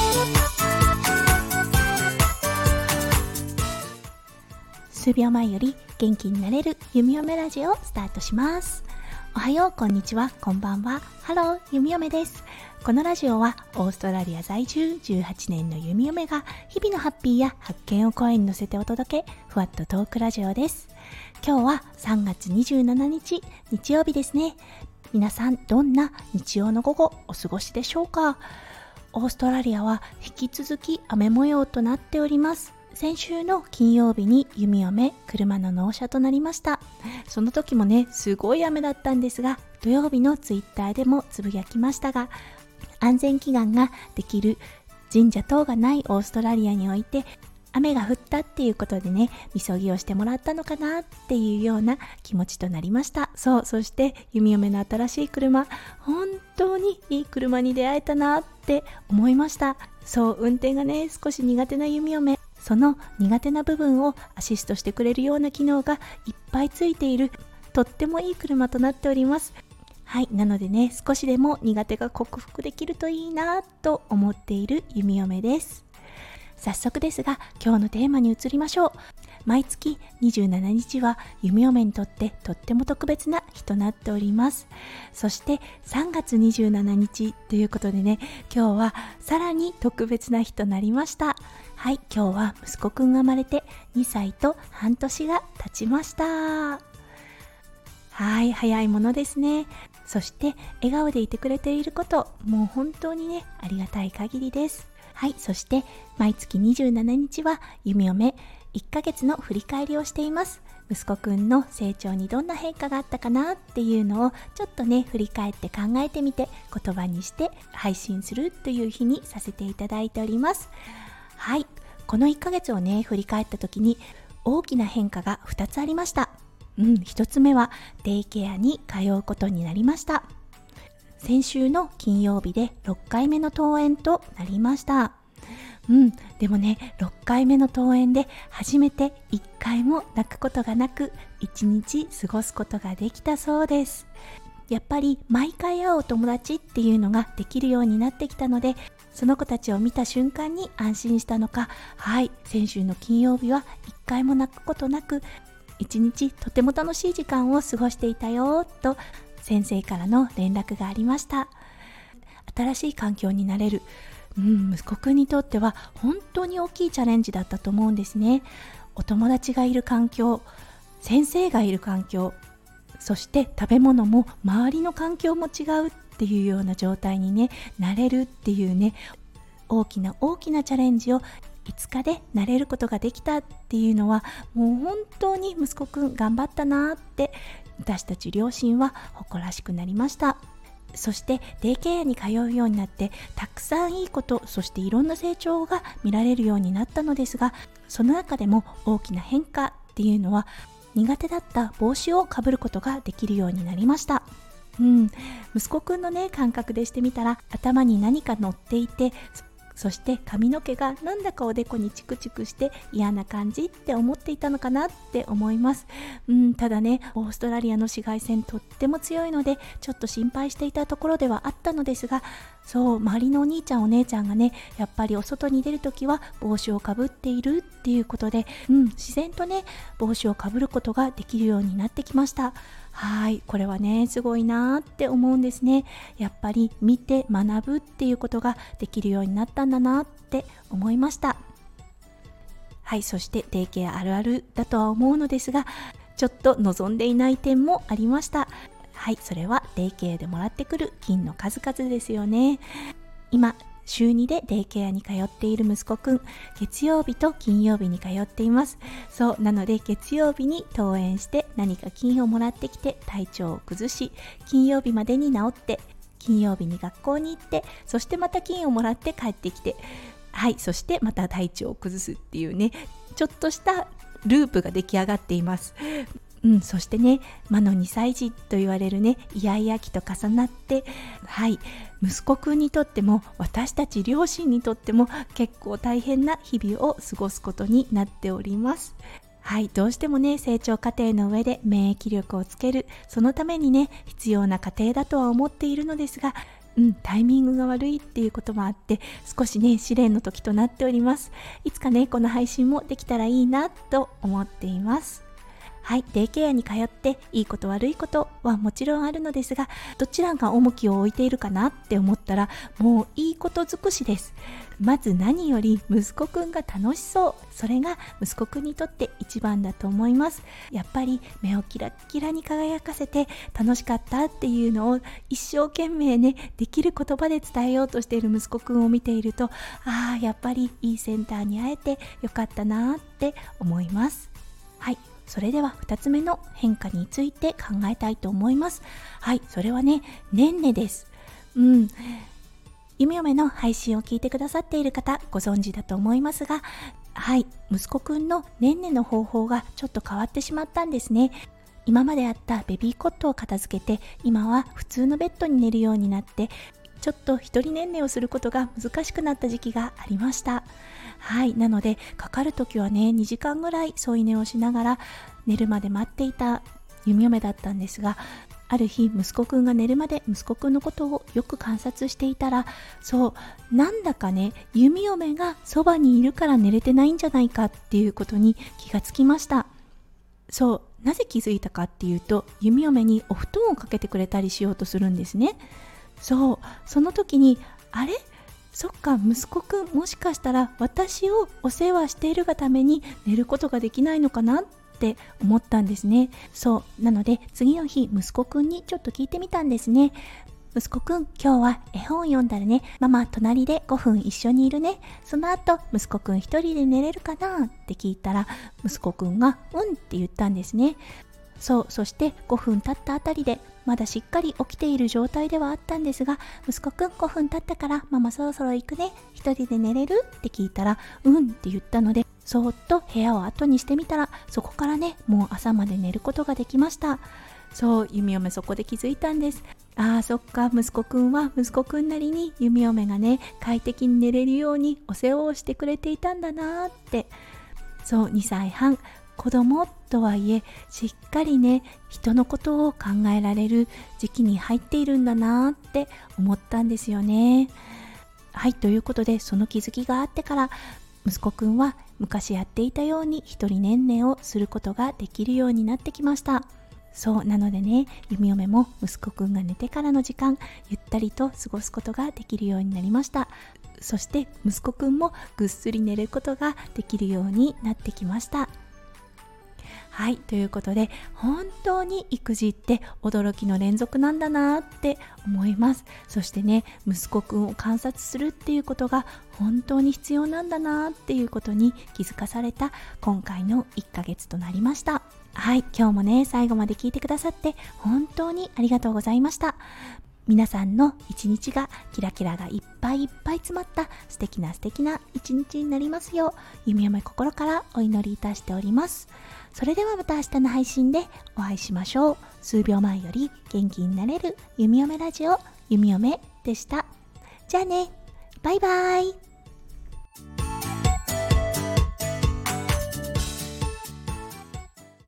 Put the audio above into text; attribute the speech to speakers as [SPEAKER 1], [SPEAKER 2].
[SPEAKER 1] 数秒前より元気になれる弓嫁ラジオをスタートします。おはよう、こんにちは、こんばんは。ハロー、弓嫁です。このラジオはオーストラリア在住18年の弓嫁が日々のハッピーや発見を声に乗せてお届け、ふわっとトークラジオです。今日は3月27日日曜日ですね。皆さんどんな日曜の午後お過ごしでしょうか。オーストラリアは引き続き雨模様となっております。先週の金曜日に弓嫁車の納車となりました。その時もねすごい雨だったんですが、土曜日のツイッターでもつぶやきましたが、安全祈願ができる神社等がないオーストラリアにおいて雨が降ったっていうことでね、みそぎをしてもらったのかなっていうような気持ちとなりました。そして弓嫁の新しい車、本当にいい車に出会えたなって思いました。運転がね少し苦手な弓嫁、その苦手な部分をアシストしてくれるような機能がいっぱいついている、とってもいい車となっております。なのでね、少しでも苦手が克服できるといいなと思っている弓嫁です。早速ですが、今日のテーマに移りましょう。毎月27日は弓嫁にとってとっても特別な日となっております。そして3月27日ということでね、今日はさらに特別な日となりました。今日は息子くんが生まれて2歳と半年が経ちました。早いものですね。そして笑顔でいてくれていること、もう本当にねありがたい限りです。そして毎月27日は弓嫁1ヶ月の振り返りをしています。息子くんの成長にどんな変化があったかなっていうのをちょっとね振り返って考えてみて、言葉にして配信するという日にさせていただいております。この1ヶ月をね振り返った時に大きな変化が2つありました。1つ目はデイケアに通うことになりました。先週の金曜日で6回目の登園となりました。でもね、6回目の登園で初めて1回も泣くことがなく1日過ごすことができたそうです。やっぱり毎回会うお友達っていうのができるようになってきたので、その子たちを見た瞬間に安心したのか、先週の金曜日は1回も泣くことなく1日とても楽しい時間を過ごしていたよと先生からの連絡がありました。新しい環境になれる、息子くんにとっては本当に大きいチャレンジだったと思うんですね。お友達がいる環境、先生がいる環境、そして食べ物も周りの環境も違うっていうような状態にねなれるっていうね、大きなチャレンジを5日で慣れることができたっていうのは、もう本当に息子くん頑張ったなって私たち両親は誇らしくなりました。そしてデイケアに通うようになってたくさんいいこと、そしていろんな成長が見られるようになったのですが、その中でも大きな変化っていうのは苦手だった帽子をかぶることができるようになりました。息子くんのね感覚でしてみたら、頭に何か乗っていて、そして髪の毛がなんだかおでこにチクチクして嫌な感じって思っていたのかなって思います。ただね、オーストラリアの紫外線とっても強いのでちょっと心配していたところではあったのですが、周りのお兄ちゃんお姉ちゃんがねやっぱりお外に出るときは帽子をかぶっているっていうことで、自然とね帽子をかぶることができるようになってきました。これはねすごいなって思うんですね。やっぱり見て学ぶっていうことができるようになったんだなって思いました。そしてデイケアあるあるだとは思うのですが、ちょっと望んでいない点もありました。それはデイケアでもらってくる金の数々ですよね。今週2でデイケアに通っている息子くん、月曜日と金曜日に通っています。なので月曜日に登園して何か金をもらってきて体調を崩し、金曜日までに治って、金曜日に学校に行って、そしてまた金をもらって帰ってきて、そしてまた体調を崩すっていうね、ちょっとしたループが出来上がっています。そしてね、魔の2歳児と言われるねイヤイヤ期と重なって、息子くんにとっても私たち両親にとっても結構大変な日々を過ごすことになっております。どうしてもね成長過程の上で免疫力をつける、そのためにね必要な過程だとは思っているのですが、 タイミングが悪いっていうこともあって少しね試練の時となっております。いつかねこの配信もできたらいいなと思っています。はい、デイケアに通っていいこと悪いことはもちろんあるのですが、どちらが重きを置いているかなって思ったらもういいこと尽くしです。まず何より息子くんが楽しそう、それが息子くんにとって一番だと思います。やっぱり目をキラッキラに輝かせて楽しかったっていうのを一生懸命ねできる言葉で伝えようとしている息子くんを見ていると、やっぱりいいセンターに会えてよかったなって思います。はい、それでは2つ目の変化について考えたいと思います。はい、それはね、ねんねです。弓嫁の配信を聞いてくださっている方ご存知だと思いますが、はい、息子くんのねんねの方法がちょっと変わってしまったんですね。今まであったベビーコットを片付けて、今は普通のベッドに寝るようになって、ちょっと一人ねんねをすることが難しくなった時期がありました。はい、なのでかかるときはね2時間ぐらい添い寝をしながら寝るまで待っていた弓嫁だったんですが、ある日息子くんが寝るまで息子くんのことをよく観察していたら、なんだかね弓嫁がそばにいるから寝れてないんじゃないかっていうことに気がつきました。なぜ気づいたかっていうと、弓嫁にお布団をかけてくれたりしようとするんですね。その時にそっか、息子くんもしかしたら私をお世話しているがために寝ることができないのかなって思ったんですね。なので次の日息子くんにちょっと聞いてみたんですね。息子くん、今日は絵本読んだらね、ママ隣で5分一緒にいるね。その後息子くん一人で寝れるかなって聞いたら、息子くんがうんって言ったんですね。そして5分経ったあたりでまだしっかり起きている状態ではあったんですが、息子くん5分経ったからママそろそろ行くね、一人で寝れるって聞いたらうんって言ったので、そーっと部屋を後にしてみたら、そこからねもう朝まで寝ることができました。弓嫁そこで気づいたんです。そっか、息子くんは息子くんなりに弓嫁がね快適に寝れるようにお世話をしてくれていたんだなって。2歳半、子供とはいえしっかりね人のことを考えられる時期に入っているんだなって思ったんですよね。はい、ということでその気づきがあってから息子くんは昔やっていたように一人ねんねをすることができるようになってきました。なのでね、弓嫁も息子くんが寝てからの時間ゆったりと過ごすことができるようになりました。そして息子くんもぐっすり寝ることができるようになってきました。はい、ということで本当に育児って驚きの連続なんだなって思います。そしてね、息子くんを観察するっていうことが本当に必要なんだなっていうことに気づかされた今回の1ヶ月となりました。はい、今日もね最後まで聞いてくださって本当にありがとうございました。皆さんの一日がキラキラがいっぱいいっぱい詰まった素敵な一日になりますよう、弓嫁心からお祈りいたしております。それではまた明日の配信でお会いしましょう。数秒前より元気になれる弓嫁ラジオ、弓嫁でした。じゃあね、バイバイ。